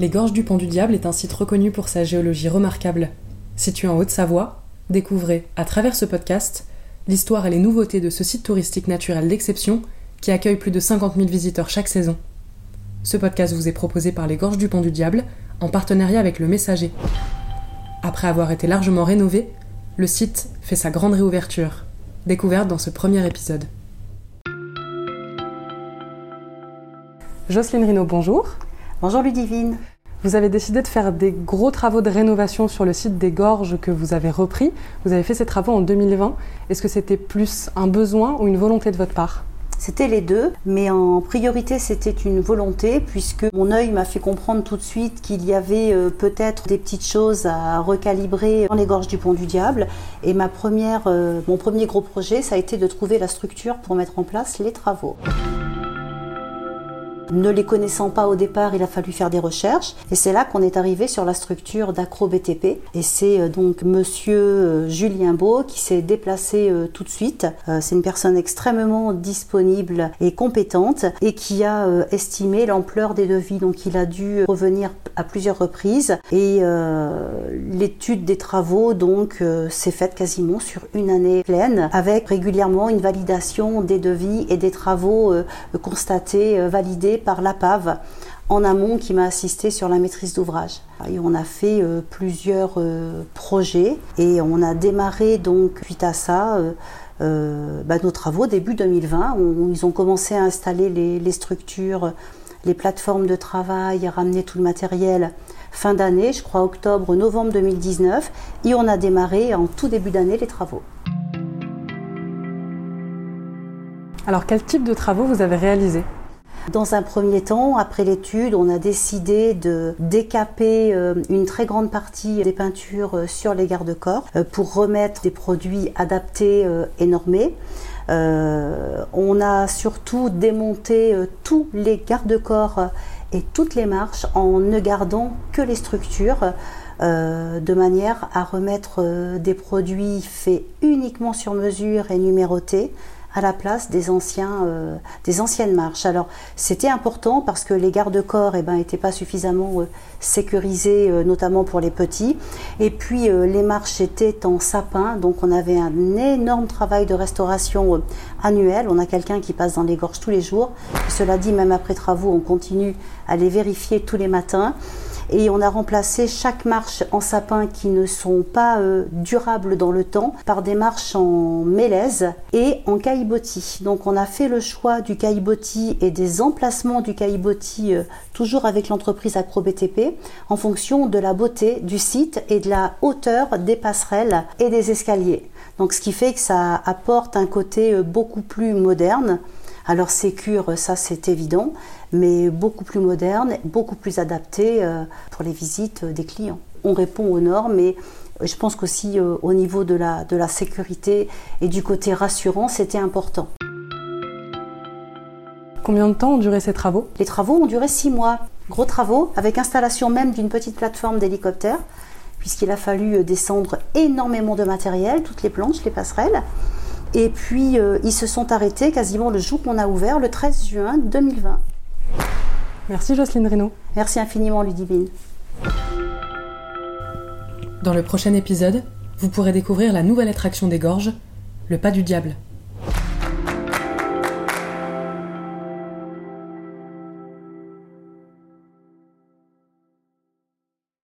Les Gorges du Pont du Diable est un site reconnu pour sa géologie remarquable. Situé en Haute-Savoie, découvrez, à travers ce podcast, l'histoire et les nouveautés de ce site touristique naturel d'exception qui accueille plus de 50 000 visiteurs chaque saison. Ce podcast vous est proposé par les Gorges du Pont du Diable en partenariat avec Le Messager. Après avoir été largement rénové, le site fait sa grande réouverture, découverte dans ce premier épisode. Jocelyne Rinaud, bonjour. Bonjour Ludivine. Vous avez décidé de faire des gros travaux de rénovation sur le site des Gorges que vous avez repris. Vous avez fait ces travaux en 2020. Est-ce que c'était plus un besoin ou une volonté de votre part ? C'était les deux, mais en priorité c'était une volonté puisque mon œil m'a fait comprendre tout de suite qu'il y avait peut-être des petites choses à recalibrer dans les Gorges du Pont du Diable. Et mon premier gros projet, ça a été de trouver la structure pour mettre en place les travaux. Ne les connaissant pas au départ, il a fallu faire des recherches et c'est là qu'on est arrivé sur la structure d'AcroBTP. Et c'est donc monsieur Julien Beau qui s'est déplacé tout de suite. C'est une personne extrêmement disponible et compétente et qui a estimé l'ampleur des devis. Donc il a dû revenir à plusieurs reprises et l'étude des travaux donc s'est faite quasiment sur une année pleine avec régulièrement une validation des devis et des travaux constatés, validés par l'APAV en amont qui m'a assisté sur la maîtrise d'ouvrage. Et on a fait plusieurs projets et on a démarré donc suite à ça nos travaux début 2020. Ils ont commencé à installer les structures, les plateformes de travail, à ramener tout le matériel fin d'année, je crois octobre-novembre 2019, et on a démarré en tout début d'année les travaux. Alors quel type de travaux vous avez réalisé ? Dans un premier temps, après l'étude, on a décidé de décaper une très grande partie des peintures sur les garde-corps pour remettre des produits adaptés et normés. On a surtout démonté tous les garde-corps et toutes les marches en ne gardant que les structures de manière à remettre des produits faits uniquement sur mesure et numérotés à la place des anciennes marches. Alors c'était important parce que les garde-corps étaient pas suffisamment sécurisés, notamment pour les petits. Et puis les marches étaient en sapin, donc on avait un énorme travail de restauration annuel. On a quelqu'un qui passe dans les Gorges tous les jours. Cela dit, même après travaux, on continue à les vérifier tous les matins. Et on a remplacé chaque marche en sapin qui ne sont pas durables dans le temps par des marches en mélèze et en caillebotis. Donc on a fait le choix du caillebotis et des emplacements du caillebotis toujours avec l'entreprise AcroBTP en fonction de la beauté du site et de la hauteur des passerelles et des escaliers. Donc ce qui fait que ça apporte un côté beaucoup plus moderne. Alors sécure, ça c'est évident, mais beaucoup plus moderne, beaucoup plus adapté pour les visites des clients. On répond aux normes et je pense qu'aussi au niveau de la sécurité et du côté rassurant, c'était important. Combien de temps ont duré ces travaux ? Les travaux ont duré 6 mois. Gros travaux avec installation même d'une petite plateforme d'hélicoptère, puisqu'il a fallu descendre énormément de matériel, toutes les planches, les passerelles. Et puis, ils se sont arrêtés quasiment le jour qu'on a ouvert, le 13 juin 2020. Merci Jocelyne Rinaud. Merci infiniment Ludivine. Dans le prochain épisode, vous pourrez découvrir la nouvelle attraction des Gorges, le Pas du Diable.